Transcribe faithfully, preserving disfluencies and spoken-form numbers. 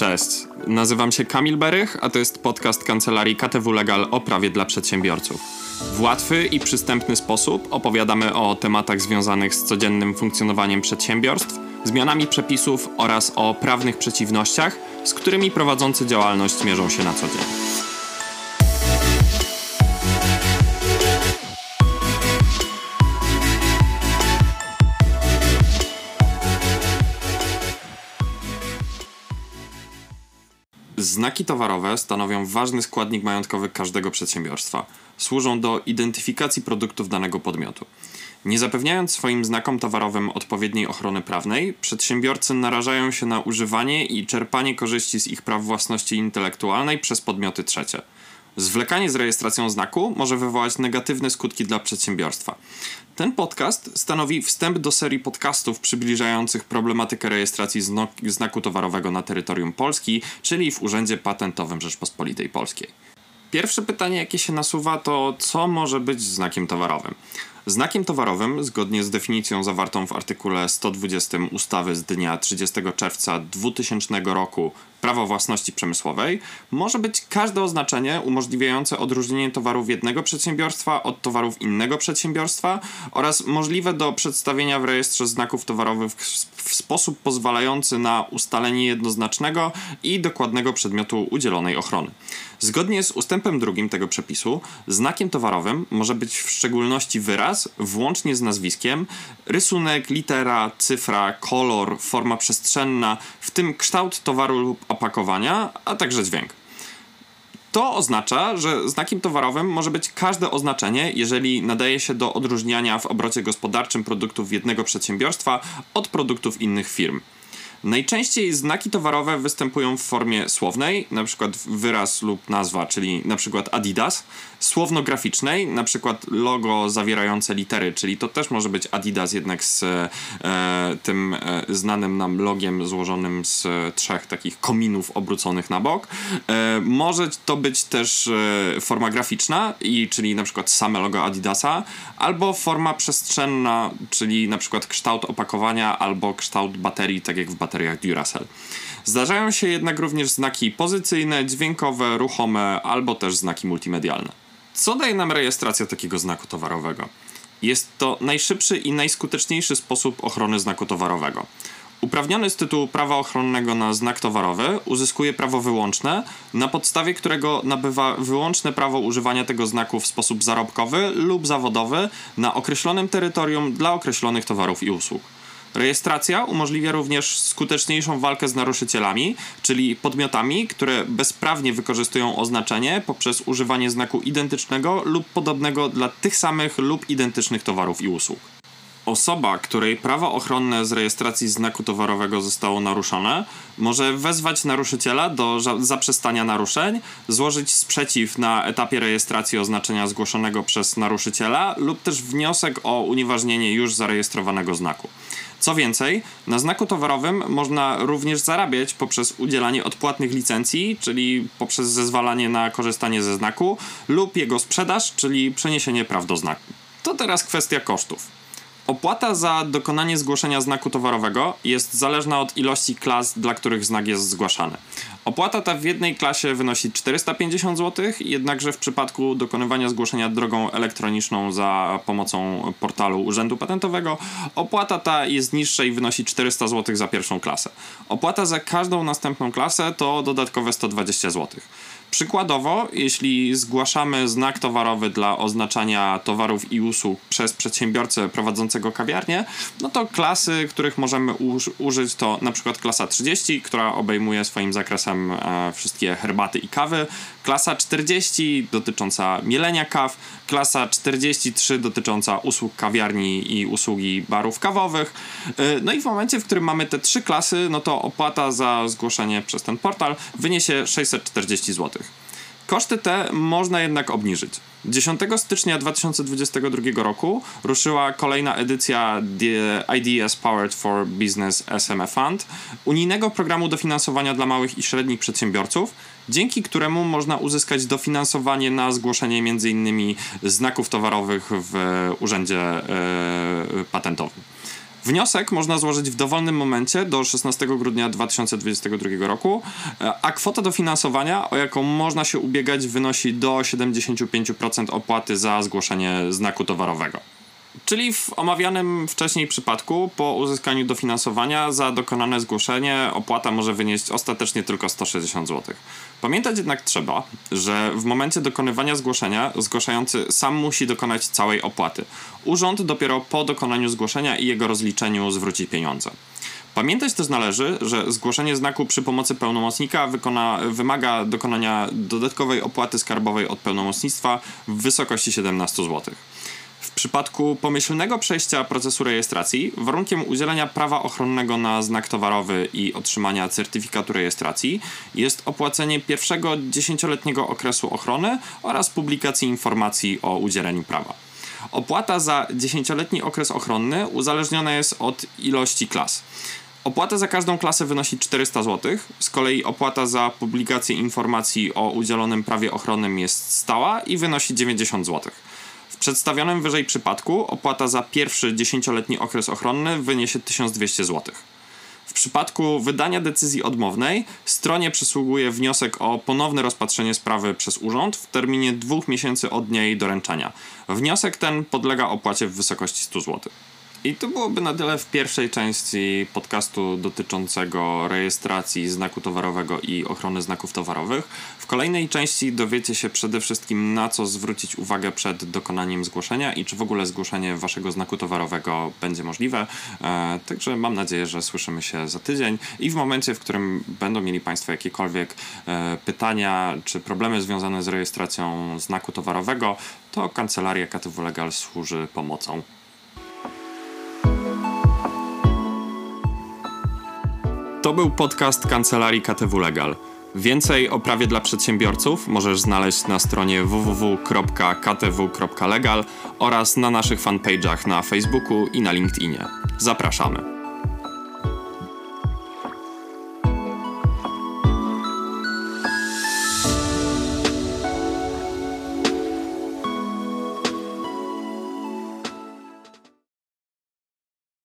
Cześć, nazywam się Kamil Berych, a to jest podcast kancelarii K T W Legal o prawie dla przedsiębiorców. W łatwy i przystępny sposób opowiadamy o tematach związanych z codziennym funkcjonowaniem przedsiębiorstw, zmianami przepisów oraz o prawnych przeciwnościach, z którymi prowadzący działalność mierzą się na co dzień. Znaki towarowe stanowią ważny składnik majątkowy każdego przedsiębiorstwa. Służą do identyfikacji produktów danego podmiotu. Nie zapewniając swoim znakom towarowym odpowiedniej ochrony prawnej, przedsiębiorcy narażają się na używanie i czerpanie korzyści z ich praw własności intelektualnej przez podmioty trzecie. Zwlekanie z rejestracją znaku może wywołać negatywne skutki dla przedsiębiorstwa. Ten podcast stanowi wstęp do serii podcastów przybliżających problematykę rejestracji zno- znaku towarowego na terytorium Polski, czyli w Urzędzie Patentowym Rzeczpospolitej Polskiej. Pierwsze pytanie, jakie się nasuwa, to co może być znakiem towarowym? Znakiem towarowym, zgodnie z definicją zawartą w artykule sto dwudziestym ustawy z dnia trzydziestego czerwca dwutysięcznego roku Prawo własności przemysłowej, może być każde oznaczenie umożliwiające odróżnienie towarów jednego przedsiębiorstwa od towarów innego przedsiębiorstwa oraz możliwe do przedstawienia w rejestrze znaków towarowych w, w sposób pozwalający na ustalenie jednoznacznego i dokładnego przedmiotu udzielonej ochrony. Zgodnie z ustępem drugim tego przepisu, znakiem towarowym może być w szczególności wyraz, włącznie z nazwiskiem, rysunek, litera, cyfra, kolor, forma przestrzenna, w tym kształt towaru lub opakowania, a także dźwięk. To oznacza, że znakiem towarowym może być każde oznaczenie, jeżeli nadaje się do odróżniania w obrocie gospodarczym produktów jednego przedsiębiorstwa od produktów innych firm. Najczęściej znaki towarowe występują w formie słownej, np. wyraz lub nazwa, czyli np. Adidas, słowno-graficznej, np. logo zawierające litery, czyli to też może być Adidas, jednak z e, tym e, znanym nam logiem złożonym z e, trzech takich kominów obróconych na bok. E, może to być też e, forma graficzna, i, czyli np. same logo Adidasa, albo forma przestrzenna, czyli np. kształt opakowania albo kształt baterii, tak jak w bateriach bateriach Duracell. Zdarzają się jednak również znaki pozycyjne, dźwiękowe, ruchome albo też znaki multimedialne. Co daje nam rejestracja takiego znaku towarowego? Jest to najszybszy i najskuteczniejszy sposób ochrony znaku towarowego. Uprawniony z tytułu prawa ochronnego na znak towarowy uzyskuje prawo wyłączne, na podstawie którego nabywa wyłączne prawo używania tego znaku w sposób zarobkowy lub zawodowy na określonym terytorium dla określonych towarów i usług. Rejestracja umożliwia również skuteczniejszą walkę z naruszycielami, czyli podmiotami, które bezprawnie wykorzystują oznaczenie poprzez używanie znaku identycznego lub podobnego dla tych samych lub identycznych towarów i usług. Osoba, której prawo ochronne z rejestracji znaku towarowego zostało naruszone, może wezwać naruszyciela do zaprzestania naruszeń, złożyć sprzeciw na etapie rejestracji oznaczenia zgłoszonego przez naruszyciela lub też wniosek o unieważnienie już zarejestrowanego znaku. Co więcej, na znaku towarowym można również zarabiać poprzez udzielanie odpłatnych licencji, czyli poprzez zezwalanie na korzystanie ze znaku, lub jego sprzedaż, czyli przeniesienie praw do znaku. To teraz kwestia kosztów. Opłata za dokonanie zgłoszenia znaku towarowego jest zależna od ilości klas, dla których znak jest zgłaszany. Opłata ta w jednej klasie wynosi czterysta pięćdziesiąt złotych, jednakże w przypadku dokonywania zgłoszenia drogą elektroniczną za pomocą portalu Urzędu Patentowego opłata ta jest niższa i wynosi czterysta złotych za pierwszą klasę. Opłata za każdą następną klasę to dodatkowe sto dwadzieścia złotych. Przykładowo, jeśli zgłaszamy znak towarowy dla oznaczania towarów i usług przez przedsiębiorcę prowadzącego kawiarnię, no to klasy, których możemy uż- użyć to na przykład klasa trzydzieści, która obejmuje swoim zakresem e, wszystkie herbaty i kawy, klasa czterdzieści dotycząca mielenia kaw, klasa czterdzieści trzy dotycząca usług kawiarni i usługi barów kawowych. E, no i w momencie, w którym mamy te trzy klasy, no to opłata za zgłoszenie przez ten portal wyniesie sześćset czterdzieści złotych. Koszty te można jednak obniżyć. dziesiątego stycznia dwa tysiące dwudziestego drugiego roku ruszyła kolejna edycja The Ideas Powered for Business S M E Fund, unijnego programu dofinansowania dla małych i średnich przedsiębiorców, dzięki któremu można uzyskać dofinansowanie na zgłoszenie m.in. znaków towarowych w Urzędzie yy, Patentowym. Wniosek można złożyć w dowolnym momencie do szesnastego grudnia dwa tysiące dwudziestego drugiego roku, a kwota dofinansowania, o jaką można się ubiegać, wynosi do siedemdziesiąt pięć procent opłaty za zgłoszenie znaku towarowego. Czyli w omawianym wcześniej przypadku, po uzyskaniu dofinansowania za dokonane zgłoszenie opłata może wynieść ostatecznie tylko sto sześćdziesiąt złotych. Pamiętać jednak trzeba, że w momencie dokonywania zgłoszenia zgłaszający sam musi dokonać całej opłaty. Urząd dopiero po dokonaniu zgłoszenia i jego rozliczeniu zwróci pieniądze. Pamiętać też należy, że zgłoszenie znaku przy pomocy pełnomocnika wykona, wymaga dokonania dodatkowej opłaty skarbowej od pełnomocnictwa w wysokości siedemnaście złotych. W przypadku pomyślnego przejścia procesu rejestracji warunkiem udzielenia prawa ochronnego na znak towarowy i otrzymania certyfikatu rejestracji jest opłacenie pierwszego dziesięcioletniego okresu ochrony oraz publikacji informacji o udzieleniu prawa. Opłata za dziesięcioletni okres ochronny uzależniona jest od ilości klas. Opłata za każdą klasę wynosi czterysta złotych, z kolei opłata za publikację informacji o udzielonym prawie ochronnym jest stała i wynosi dziewięćdziesiąt złotych. W przedstawionym wyżej przypadku opłata za pierwszy dziesięcioletni okres ochronny wyniesie tysiąc dwieście złotych. W przypadku wydania decyzji odmownej stronie przysługuje wniosek o ponowne rozpatrzenie sprawy przez urząd w terminie dwóch miesięcy od dnia jej doręczenia. Wniosek ten podlega opłacie w wysokości sto złotych. I to byłoby na tyle w pierwszej części podcastu dotyczącego rejestracji znaku towarowego i ochrony znaków towarowych. W kolejnej części dowiecie się przede wszystkim, na co zwrócić uwagę przed dokonaniem zgłoszenia i czy w ogóle zgłoszenie waszego znaku towarowego będzie możliwe. E, także mam nadzieję, że słyszymy się za tydzień i w momencie, w którym będą mieli Państwo jakiekolwiek e, pytania czy problemy związane z rejestracją znaku towarowego, to Kancelaria K T W Legal służy pomocą. To był podcast Kancelarii K T W Legal. Więcej o prawie dla przedsiębiorców możesz znaleźć na stronie w w w kropka k t w kropka legal oraz na naszych fanpage'ach na Facebooku i na LinkedInie. Zapraszamy.